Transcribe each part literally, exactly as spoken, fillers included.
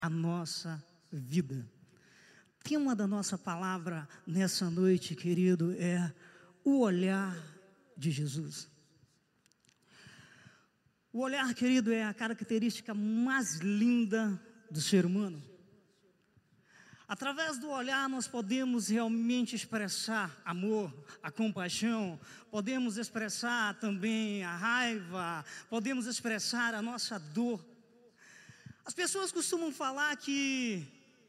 a nossa vida. O tema da nossa palavra nessa noite, querido, é o olhar de Jesus. O olhar, querido, é a característica mais linda do ser humano. Através do olhar nós podemos realmente expressar amor, a compaixão, podemos expressar também a raiva, podemos expressar a nossa dor. As pessoas costumam falar que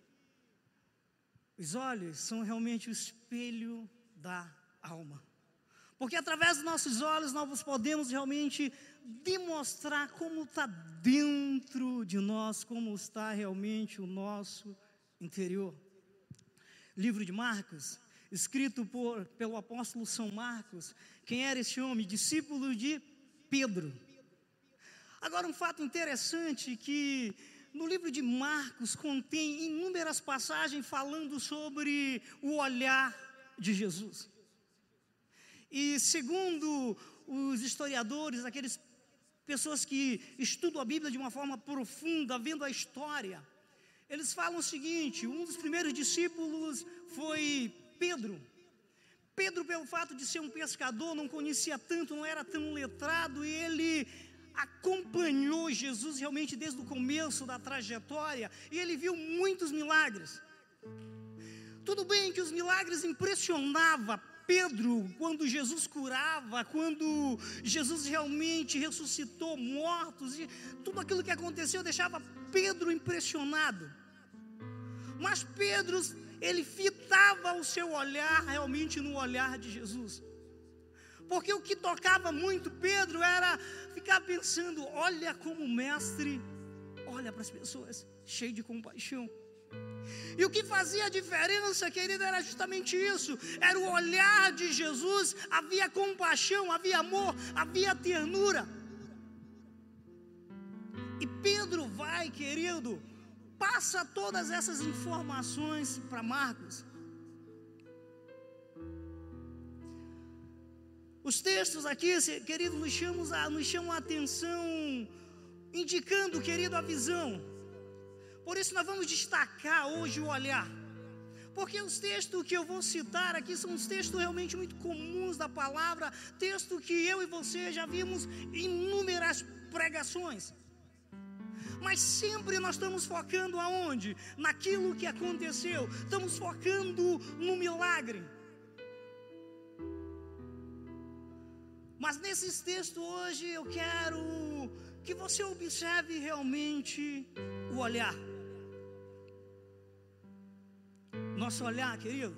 os olhos são realmente o espelho da alma. Porque através dos nossos olhos nós podemos realmente demonstrar como está dentro de nós, como está realmente o nosso interior. Livro de Marcos, escrito por, pelo apóstolo São Marcos. Quem era esse homem? Discípulo de Pedro. Agora, um fato interessante que no livro de Marcos contém inúmeras passagens falando sobre o olhar de Jesus. E segundo os historiadores, aquelas pessoas que estudam a Bíblia de uma forma profunda, vendo a história, eles falam o seguinte: um dos primeiros discípulos foi Pedro. Pedro, pelo fato de ser um pescador, não conhecia tanto, não era tão letrado, e ele acompanhou Jesus realmente desde o começo da trajetória, e ele viu muitos milagres. Tudo bem que os milagres impressionavam Pedro, quando Jesus curava, quando Jesus realmente ressuscitou mortos, e tudo aquilo que aconteceu deixava Pedro impressionado. Mas Pedro, ele fitava o seu olhar realmente no olhar de Jesus. Porque o que tocava muito Pedro era ficar pensando: olha como o mestre olha para as pessoas, cheio de compaixão. E o que fazia a diferença, querido, era justamente isso. Era o olhar de Jesus. Havia compaixão, havia amor, havia ternura. E Pedro vai, querido, passa todas essas informações para Marcos. Os textos aqui, querido, nos chamam a, nos chamam a atenção, indicando, querido, a visão. Por isso nós vamos destacar hoje o olhar. Porque os textos que eu vou citar aqui são os textos realmente muito comuns da palavra, texto que eu e você já vimos em inúmeras pregações. Mas sempre nós estamos focando aonde? Naquilo que aconteceu. Estamos focando no milagre. Mas nesses textos hoje eu quero que você observe realmente o olhar. Nosso olhar, querido,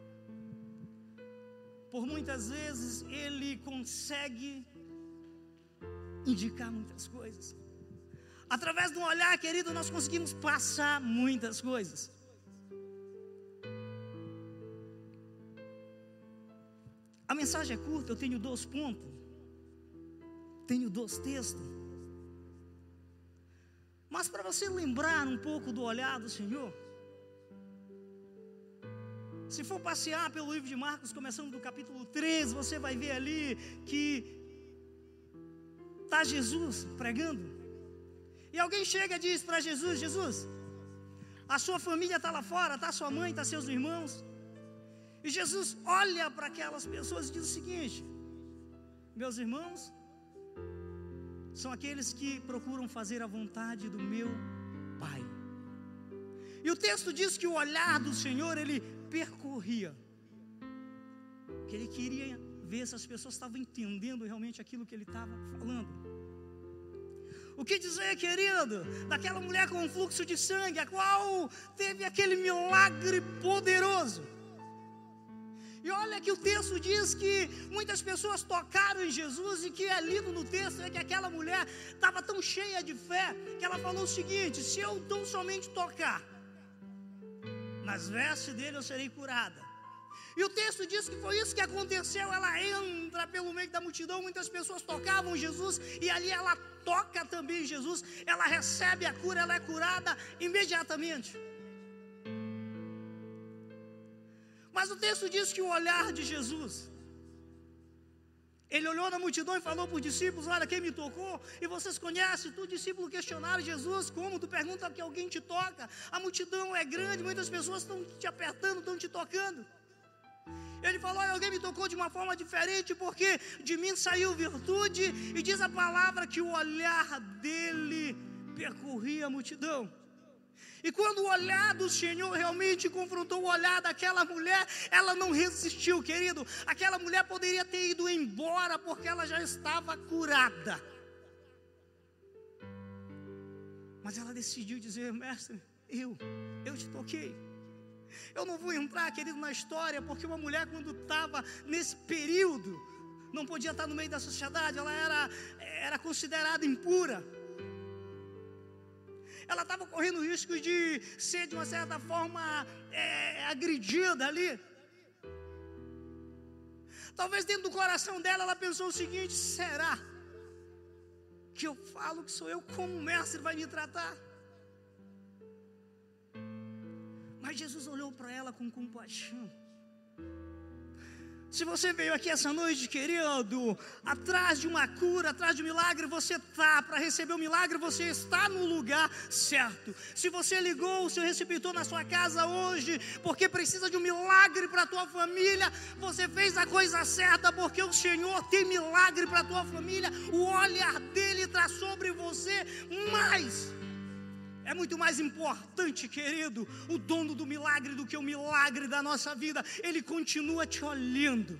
por muitas vezes ele consegue indicar muitas coisas. Através do olhar, querido, nós conseguimos passar muitas coisas. A mensagem é curta, eu tenho dois pontos, tenho dois textos. Mas para você lembrar um pouco do olhar do Senhor, se for passear pelo livro de Marcos, começando do capítulo treze, você vai ver ali que está Jesus pregando. E alguém chega e diz para Jesus: Jesus, a sua família está lá fora, está sua mãe, está seus irmãos. E Jesus olha para aquelas pessoas e diz o seguinte: meus irmãos são aqueles que procuram fazer a vontade do meu Pai. E o texto diz que o olhar do Senhor, ele percorria, que ele queria ver se as pessoas estavam entendendo realmente aquilo que ele estava falando. O que dizer, querido, daquela mulher com um fluxo de sangue, a qual teve aquele milagre poderoso. E olha que o texto diz que muitas pessoas tocaram em Jesus, e que é lido no texto é que aquela mulher estava tão cheia de fé, que ela falou o seguinte: se eu tão somente tocar nas vestes dele, eu serei curada. E o texto diz que foi isso que aconteceu. Ela entra pelo meio da multidão, muitas pessoas tocavam Jesus, e ali ela toca também Jesus, ela recebe a cura, ela é curada imediatamente. Mas o texto diz que o olhar de Jesus Ele olhou na multidão e falou para os discípulos: olha, quem me tocou? E vocês conhecem, tu discípulo questionaram Jesus: como? Tu pergunta que alguém te toca? A multidão é grande, muitas pessoas estão te apertando, estão te tocando. Ele falou: olha, alguém me tocou de uma forma diferente, porque de mim saiu virtude. E diz a palavra que o olhar dele percorria a multidão. E quando o olhar do Senhor realmente confrontou o olhar daquela mulher, ela não resistiu, querido. Aquela mulher poderia ter ido embora, porque ela já estava curada. Mas ela decidiu dizer: mestre, eu, eu te toquei. Eu não vou entrar, querido, na história, porque uma mulher, quando estava nesse período, não podia estar no meio da sociedade, ela era, era considerada impura. Ela estava correndo o risco de ser, de uma certa forma, é, agredida ali. Talvez dentro do coração dela, ela pensou o seguinte: será que eu falo que sou eu, como o mestre vai me tratar? Mas Jesus olhou para ela com compaixão. Se você veio aqui essa noite, querido, atrás de uma cura, atrás de um milagre, você está para receber o milagre, você está no lugar certo. Se você ligou o seu receptor na sua casa hoje, porque precisa de um milagre para a tua família, você fez a coisa certa, porque o Senhor tem milagre para a tua família. O olhar dele está sobre você, mas é muito mais importante, querido, o dono do milagre do que o milagre da nossa vida. Ele continua te olhando.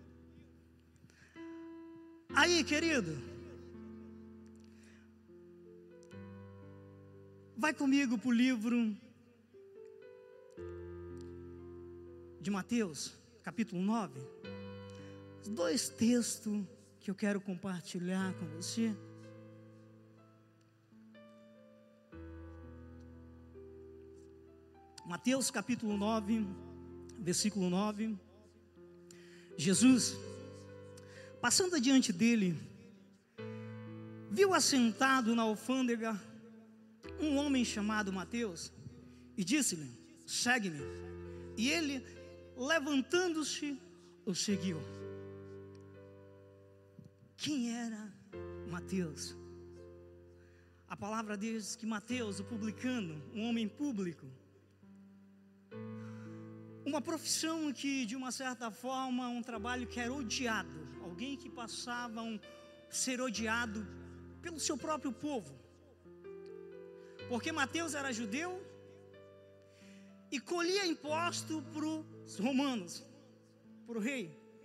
Aí, querido, vai comigo para o livro de Mateus, capítulo nove. Dois textos que eu quero compartilhar com você. Mateus capítulo nove, versículo nove. Jesus, passando adiante dele, viu assentado na alfândega um homem chamado Mateus e disse-lhe: segue-me. E ele, levantando-se, o seguiu. Quem era Mateus? A palavra diz que Mateus, o publicano, um homem público, uma profissão que, de uma certa forma, um trabalho que era odiado, alguém que passava a ser odiado pelo seu próprio povo, porque Mateus era judeu e colhia imposto para os romanos, para o rei.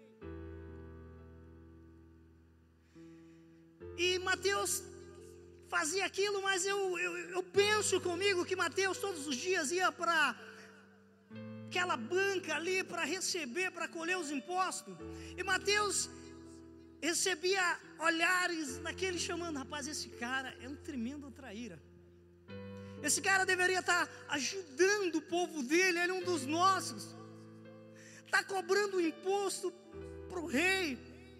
E Mateus fazia aquilo, mas eu, eu, eu penso comigo que Mateus todos os dias ia para aquela banca ali para receber, para colher os impostos. E Mateus recebia olhares daquele chamando: rapaz, esse cara é um tremendo traíra. Esse cara deveria estar ajudando o povo dele, ele é um dos nossos. Está cobrando imposto para o rei.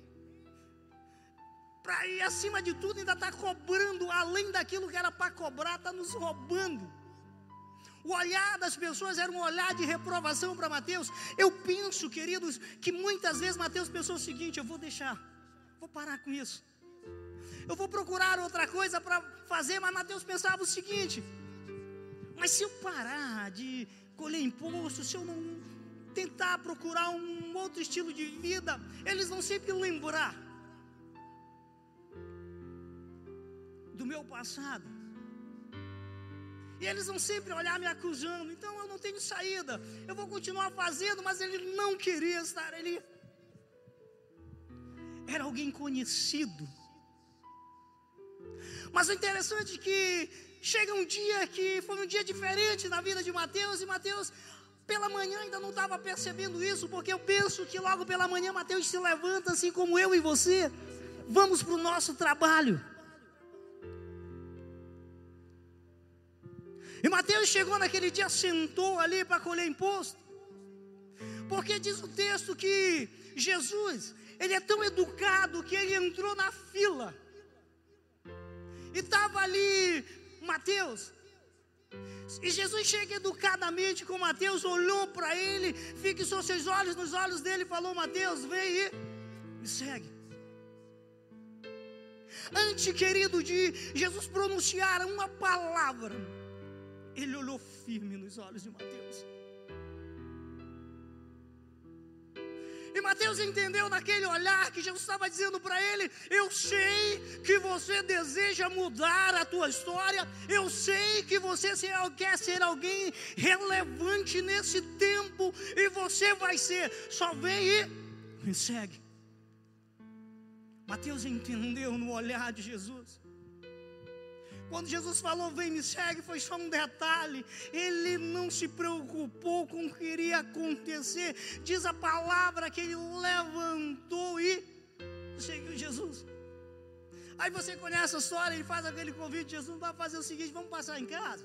Pra, e acima de tudo ainda está cobrando, além daquilo que era para cobrar, está nos roubando. O olhar das pessoas era um olhar de reprovação para Mateus. Eu penso, queridos, que muitas vezes Mateus pensou o seguinte: eu vou deixar, vou parar com isso, eu vou procurar outra coisa para fazer. Mas Mateus pensava o seguinte: mas se eu parar de colher imposto, se eu não tentar procurar um outro estilo de vida, eles vão sempre lembrar do meu passado. E eles vão sempre olhar me acusando. Então eu não tenho saída. Eu vou continuar fazendo, mas ele não queria estar ali. Era alguém conhecido. Mas o interessante é que chega um dia que foi um dia diferente na vida de Mateus. E Mateus, pela manhã, ainda não estava percebendo isso, porque eu penso que logo pela manhã Mateus se levanta, assim como eu e você. Vamos para o nosso trabalho. E Mateus chegou naquele dia, sentou ali para colher imposto. Porque diz o texto que Jesus, ele é tão educado que ele entrou na fila. E estava ali Mateus. E Jesus chega educadamente com Mateus, olhou para ele, fixou seus olhos nos olhos dele e falou: Mateus, vem aí, me segue. Antes, querido, de Jesus pronunciar uma palavra, ele olhou firme nos olhos de Mateus. E Mateus entendeu naquele olhar que Jesus estava dizendo para ele: eu sei que você deseja mudar a tua história, eu sei que você quer ser alguém relevante nesse tempo, e você vai ser, só vem e me segue. Mateus entendeu no olhar de Jesus. Quando Jesus falou, vem me segue, foi só um detalhe. Ele não se preocupou com o que iria acontecer. Diz a palavra que ele levantou e seguiu Jesus. Aí você conhece a história, ele faz aquele convite, Jesus vai fazer o seguinte: vamos passar em casa.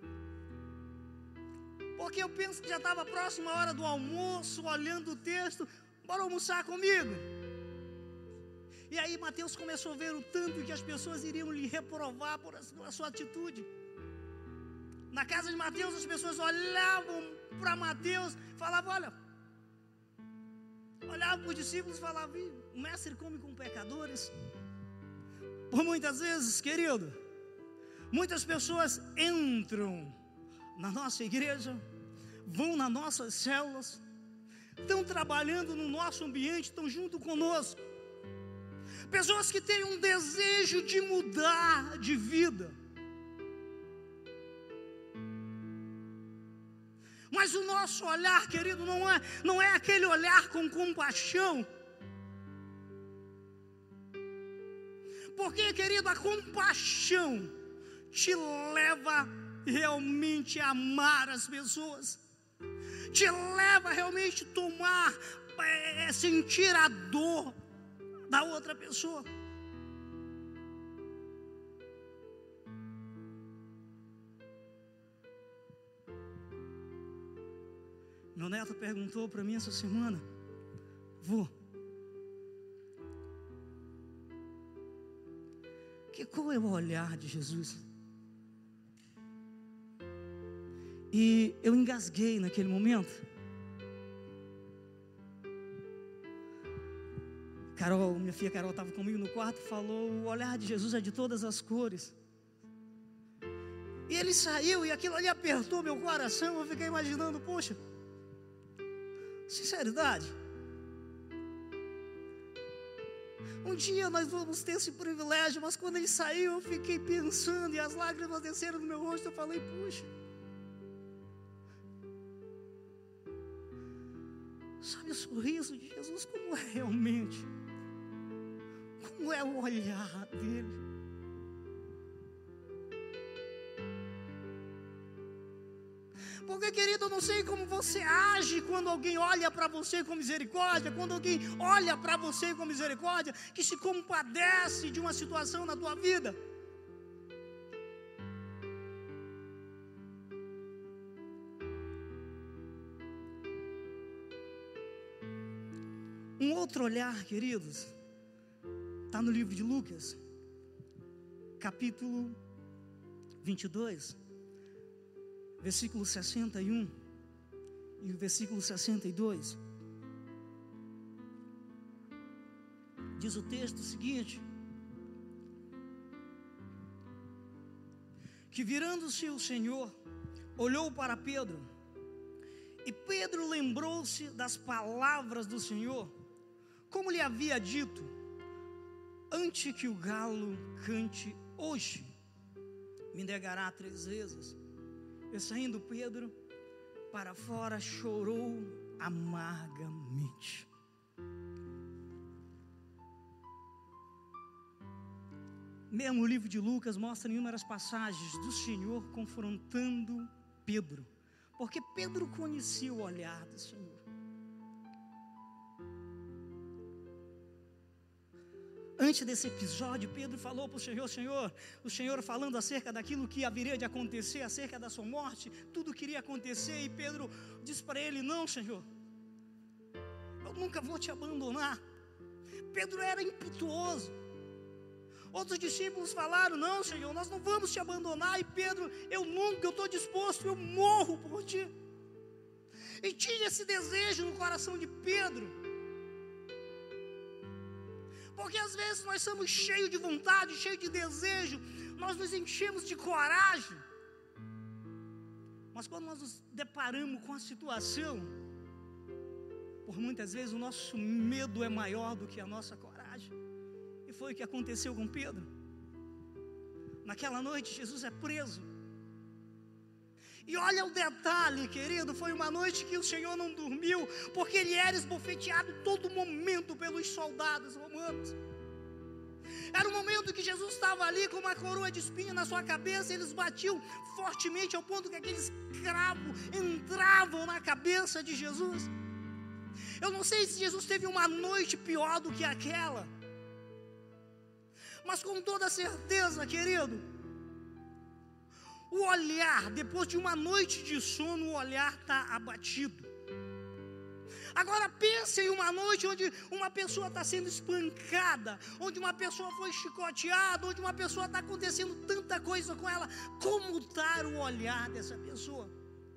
Porque eu penso que já estava próxima a hora do almoço, olhando o texto, bora almoçar comigo. E aí Mateus começou a ver o tanto que as pessoas iriam lhe reprovar por a, pela sua atitude. Na casa de Mateus, as pessoas olhavam para Mateus, falavam, olha, olhavam para os discípulos e falavam, o mestre come com pecadores. Por muitas vezes, querido, muitas pessoas entram na nossa igreja, vão nas nossas células, estão trabalhando no nosso ambiente, estão junto conosco. Pessoas que têm um desejo de mudar de vida. Mas o nosso olhar, querido, não é, não é aquele olhar com compaixão. Porque, querido, a compaixão te leva realmente a amar as pessoas. Te leva realmente a tomar, é, sentir a dor da outra pessoa. Meu neto perguntou para mim essa semana, vô, que qual é o olhar de Jesus? E eu engasguei naquele momento. Carol, minha filha Carol estava comigo no quarto e falou, o olhar de Jesus é de todas as cores. E ele saiu e aquilo ali apertou meu coração. Eu fiquei imaginando, poxa, sinceridade, um dia nós vamos ter esse privilégio. Mas quando ele saiu, eu fiquei pensando, e as lágrimas desceram no meu rosto. Eu falei, puxa, sabe o sorriso de Jesus como é realmente? Como é o olhar dele? Porque, querido, eu não sei como você age quando alguém olha para você com misericórdia, quando alguém olha para você com misericórdia, que se compadece de uma situação na tua vida. Um outro olhar, queridos, está no livro de Lucas, capítulo vinte e dois, versículo sessenta e um e o versículo sessenta e dois. Diz o texto o seguinte: que virando-se o Senhor, olhou para Pedro, e Pedro lembrou-se das palavras do Senhor, como lhe havia dito, antes que o galo cante hoje, me negará três vezes. E saindo Pedro para fora, chorou amargamente. Mesmo o livro de Lucas mostra inúmeras passagens do Senhor confrontando Pedro, porque Pedro conhecia o olhar do Senhor. Antes desse episódio, Pedro falou para o Senhor, Senhor, o Senhor falando acerca daquilo que haveria de acontecer, acerca da sua morte, tudo queria acontecer, e Pedro disse para ele, não, Senhor, eu nunca vou te abandonar. Pedro era impetuoso. Outros discípulos falaram, não, Senhor, nós não vamos te abandonar. E Pedro, eu nunca, eu estou disposto, eu morro por ti. E tinha esse desejo no coração de Pedro. Porque às vezes nós somos cheios de vontade, cheios de desejo, nós nos enchemos de coragem. Mas quando nós nos deparamos com a situação, por muitas vezes o nosso medo é maior do que a nossa coragem. E foi o que aconteceu com Pedro. Naquela noite Jesus é preso. E olha o detalhe, querido, foi uma noite que o Senhor não dormiu, porque ele era esbofeteado todo momento pelos soldados romanos. Era um momento que Jesus estava ali com uma coroa de espinho na sua cabeça, eles batiam fortemente ao ponto que aqueles cravos entravam na cabeça de Jesus. Eu não sei se Jesus teve uma noite pior do que aquela, mas com toda certeza, querido, o olhar, depois de uma noite de sono, o olhar está abatido. Agora pense em uma noite onde uma pessoa está sendo espancada, onde uma pessoa foi chicoteada, onde uma pessoa está acontecendo tanta coisa com ela. Como está o olhar dessa pessoa?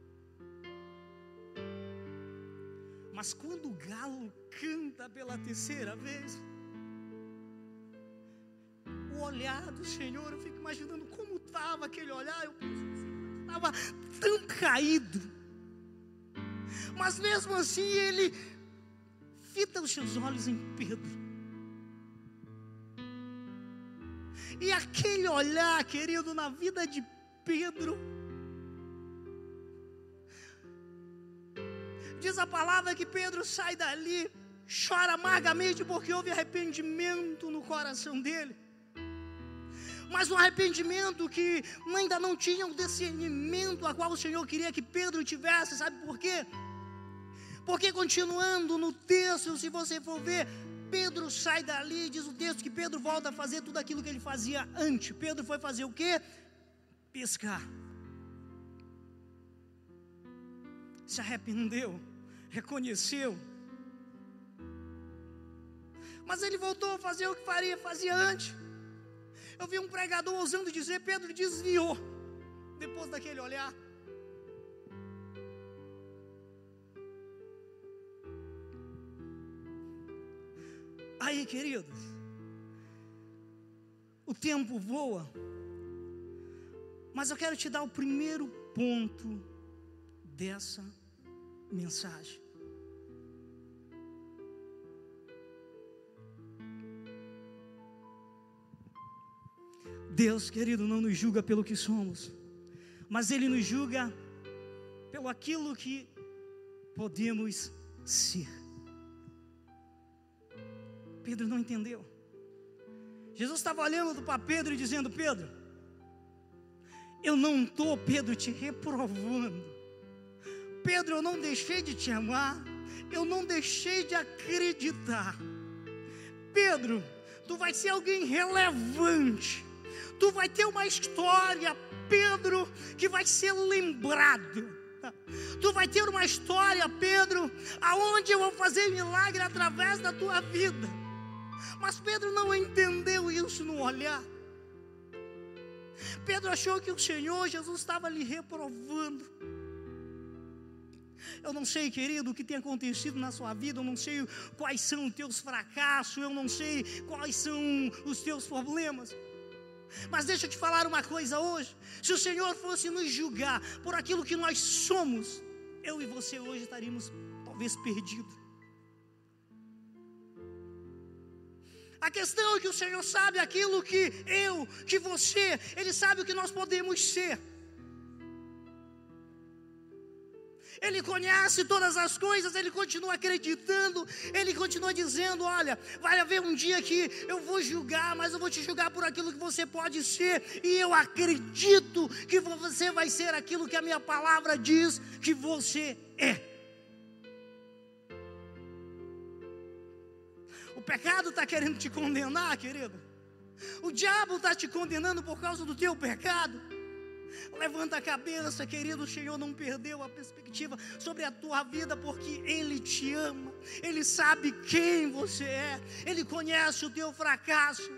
Mas quando o galo canta pela terceira vez, o olhar do Senhor, eu fico imaginando como estava aquele olhar. Eu penso, o Senhor estava tão caído, mas mesmo assim ele fita os seus olhos em Pedro. E aquele olhar, querido, na vida de Pedro, diz a palavra que Pedro sai dali, chora amargamente porque houve arrependimento no coração dele. Mas um arrependimento que ainda não tinha o discernimento a qual o Senhor queria que Pedro tivesse. Sabe por quê? Porque continuando no texto, se você for ver, Pedro sai dali, diz o texto que Pedro volta a fazer tudo aquilo que ele fazia antes. Pedro foi fazer o quê? Pescar. Se arrependeu, reconheceu. Mas ele voltou a fazer o que faria, fazia antes. Eu vi um pregador ousando dizer, Pedro desviou, depois daquele olhar. Aí, queridos, o tempo voa, mas eu quero te dar o primeiro ponto dessa mensagem. Deus, querido, não nos julga pelo que somos, mas Ele nos julga pelo aquilo que podemos ser. Pedro não entendeu. Jesus estava olhando para Pedro e dizendo, Pedro, eu não estou, Pedro, te reprovando. Pedro, eu não deixei de te amar, eu não deixei de acreditar. Pedro, tu vai ser alguém relevante. Tu vai ter uma história, Pedro, que vai ser lembrado. Tu vai ter uma história, Pedro, aonde eu vou fazer milagre através da tua vida. Mas Pedro não entendeu isso no olhar. Pedro achou que o Senhor Jesus estava lhe reprovando. Eu não sei, querido, o que tem acontecido na sua vida. Eu não sei quais são os teus fracassos. Eu não sei quais são os teus problemas. Mas deixa eu te falar uma coisa hoje. Se o Senhor fosse nos julgar por aquilo que nós somos, eu e você hoje estaríamos talvez perdidos. A questão é que o Senhor sabe aquilo que eu, que você, Ele sabe o que nós podemos ser. Ele conhece todas as coisas, Ele continua acreditando, Ele continua dizendo, olha, vai haver um dia que eu vou julgar, mas eu vou te julgar por aquilo que você pode ser, e eu acredito que você vai ser aquilo que a minha palavra diz que você é. O pecado está querendo te condenar, querido. O diabo está te condenando por causa do teu pecado. Levanta a cabeça, querido, o Senhor não perdeu a perspectiva sobre a tua vida, porque Ele te ama, Ele sabe quem você é, Ele conhece o teu fracasso.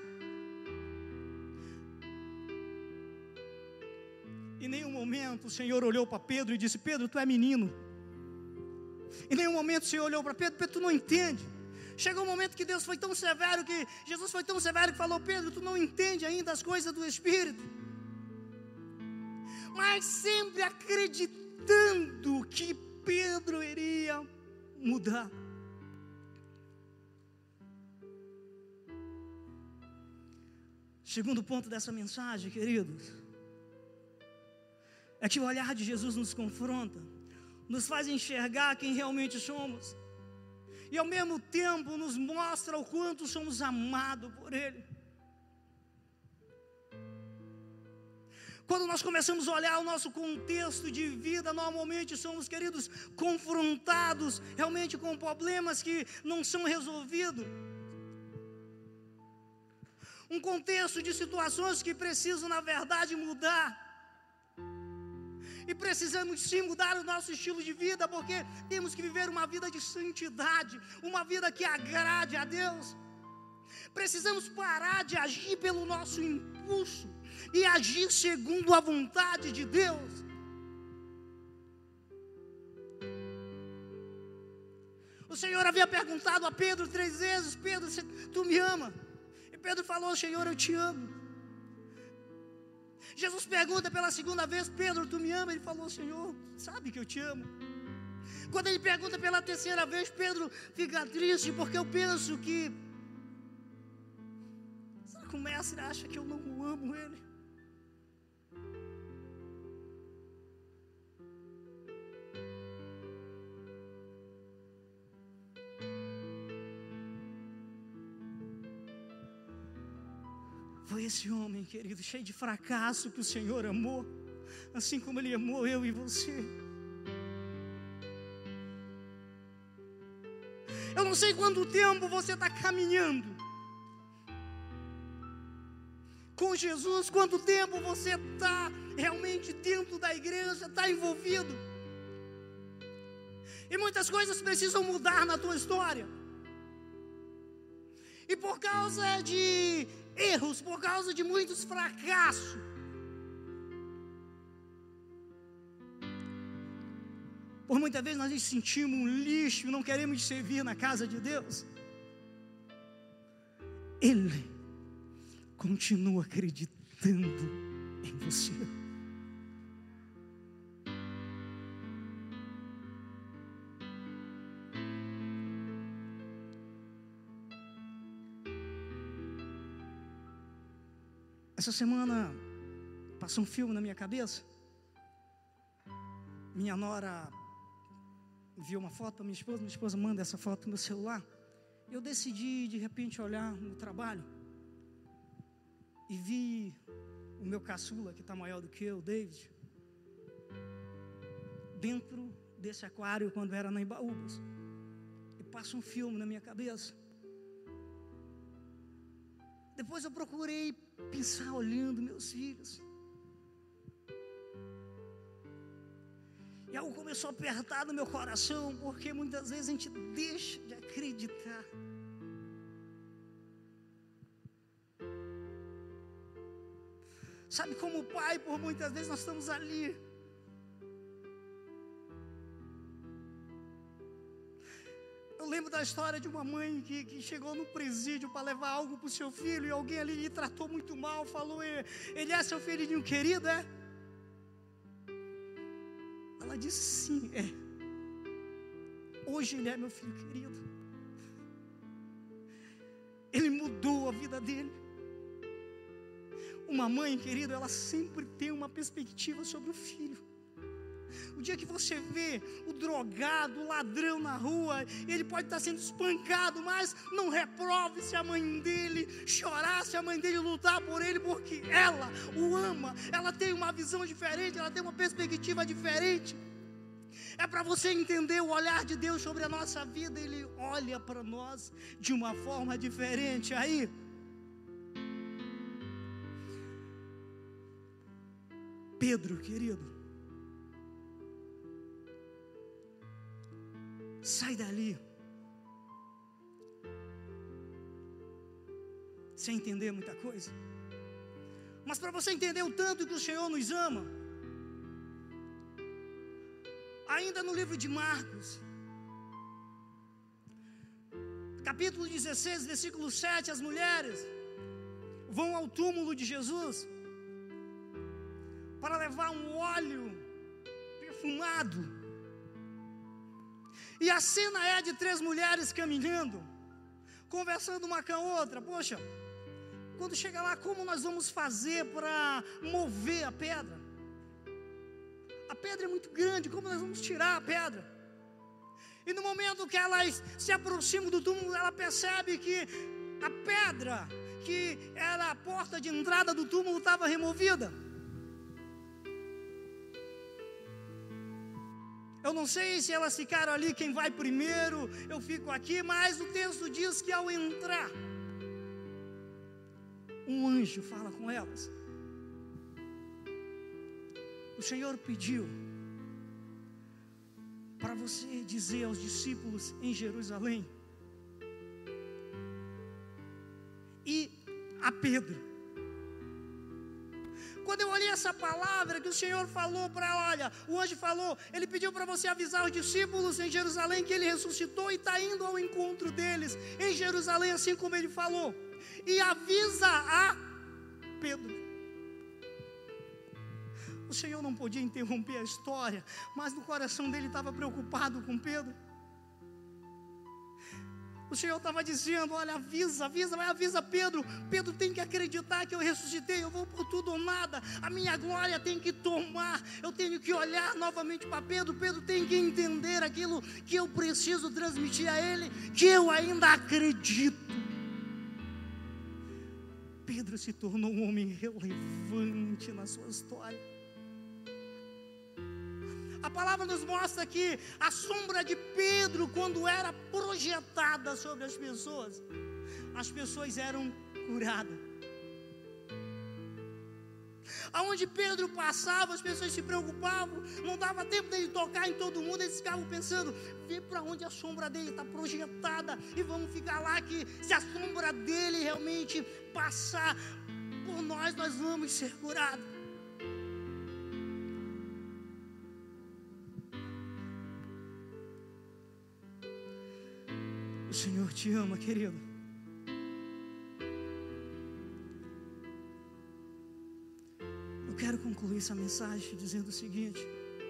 Em nenhum momento o Senhor olhou para Pedro e disse, Pedro, tu é menino. Em nenhum momento o Senhor olhou para Pedro, Pedro, tu não entende. Chegou um momento que Deus foi tão severo, que Jesus foi tão severo que falou: Pedro, tu não entende ainda as coisas do Espírito. Mas sempre acreditando que Pedro iria mudar. Segundo ponto dessa mensagem, queridos, é que o olhar de Jesus nos confronta, nos faz enxergar quem realmente somos, e ao mesmo tempo nos mostra o quanto somos amados por Ele. Quando nós começamos a olhar o nosso contexto de vida, normalmente somos, queridos, confrontados realmente com problemas que não são resolvidos. Um contexto de situações que precisam, na verdade, mudar. E precisamos sim mudar o nosso estilo de vida, porque temos que viver uma vida de santidade, uma vida que agrade a Deus. Precisamos parar de agir pelo nosso impulso e agir segundo a vontade de Deus. O Senhor havia perguntado a Pedro três vezes: Pedro, tu me ama? E Pedro falou: Senhor, eu te amo. Jesus pergunta pela segunda vez: Pedro, tu me ama? Ele falou: Senhor, sabe que eu te amo. Quando ele pergunta pela terceira vez, Pedro fica triste, porque eu penso que, será que o mestre acha que eu não amo ele? Foi esse homem, querido, cheio de fracasso, que o Senhor amou, assim como Ele amou eu e você. Eu não sei quanto tempo você está caminhando com Jesus, quanto tempo você está realmente dentro da igreja, está envolvido. E muitas coisas precisam mudar na tua história. E por causa de erros, por causa de muitos fracassos, por muitas vezes nós nos sentimos um lixo e não queremos servir na casa de Deus. Ele continua acreditando em você. Essa semana passou um filme na minha cabeça. Minha nora enviou uma foto para minha esposa, minha esposa manda essa foto no meu celular. Eu decidi de repente olhar no trabalho e vi o meu caçula, que está maior do que eu, David, dentro desse aquário quando era na Embaúbas. E passa um filme na minha cabeça. Depois eu procurei pensar olhando meus filhos. E algo começou a apertar no meu coração, porque muitas vezes a gente deixa de acreditar. Sabe, como pai, por muitas vezes nós estamos ali. Eu lembro da história de uma mãe que, que chegou no presídio para levar algo para o seu filho, e alguém ali lhe tratou muito mal, falou: ele é seu filhinho querido, é? Ela disse: sim, é. Hoje ele é meu filho querido. Ele mudou a vida dele. Uma mãe, querido, ela sempre tem uma perspectiva sobre o filho. O dia que você vê o drogado, o ladrão na rua, ele pode estar sendo espancado, mas não reprove se a mãe dele chorar, se a mãe dele lutar por ele, porque ela o ama, ela tem uma visão diferente, ela tem uma perspectiva diferente. É para você entender o olhar de Deus sobre a nossa vida. Ele olha para nós de uma forma diferente. Aí, Pedro, querido, sai dali, sem entender muita coisa. Mas para você entender o tanto que o Senhor nos ama, ainda no livro de Marcos, capítulo dezesseis, versículo sete, as mulheres vão ao túmulo de Jesus para levar um óleo perfumado. E a cena é de três mulheres caminhando, conversando uma com a outra. Poxa, quando chega lá, como nós vamos fazer para mover a pedra? A pedra é muito grande, como nós vamos tirar a pedra? E no momento que elas se aproximam do túmulo, ela percebe que a pedra, que era a porta de entrada do túmulo, estava removida. Eu não sei se elas ficaram ali, quem vai primeiro, eu fico aqui, mas o texto diz que ao entrar, um anjo fala com elas. O Senhor pediu para você dizer aos discípulos em Jerusalém e a Pedro. Quando eu olhei essa palavra que o Senhor falou para ela, olha, o anjo falou, ele pediu para você avisar os discípulos em Jerusalém que ele ressuscitou e está indo ao encontro deles em Jerusalém, assim como ele falou. E avisa a Pedro. O Senhor não podia interromper a história, mas no coração dele estava preocupado com Pedro. O Senhor estava dizendo, olha, avisa, avisa, mas avisa Pedro. Pedro tem que acreditar que eu ressuscitei, eu vou por tudo ou nada. A minha glória tem que tomar, eu tenho que olhar novamente para Pedro. Pedro tem que entender aquilo que eu preciso transmitir a ele, que eu ainda acredito. Pedro se tornou um homem relevante na sua história. A palavra nos mostra que a sombra de Pedro, quando era projetada sobre as pessoas, as pessoas eram curadas. Aonde Pedro passava, as pessoas se preocupavam, não dava tempo dele tocar em todo mundo, eles ficavam pensando, vê para onde a sombra dele está projetada, e vamos ficar lá que se a sombra dele realmente passar por nós, nós vamos ser curados. O Senhor te ama, querido. Eu quero concluir essa mensagem dizendo o seguinte.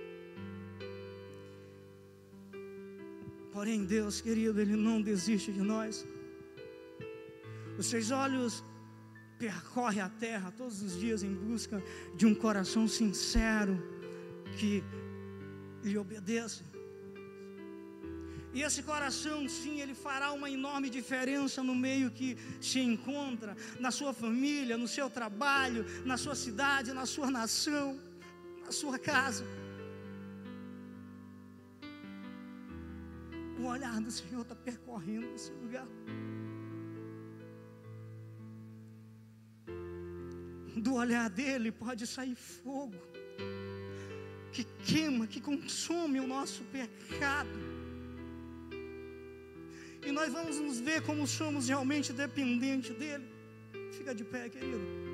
Porém, Deus, querido, Ele não desiste de nós. Os seus olhos percorrem a terra todos os dias em busca de um coração sincero que lhe obedeça. E esse coração, sim, ele fará uma enorme diferença no meio que se encontra, na sua família, no seu trabalho, na sua cidade, na sua nação, na sua casa. O olhar do Senhor está percorrendo esse lugar. Do olhar dele pode sair fogo, que queima, que consome o nosso pecado. E nós vamos nos ver como somos realmente dependentes dEle. Fica de pé, querido.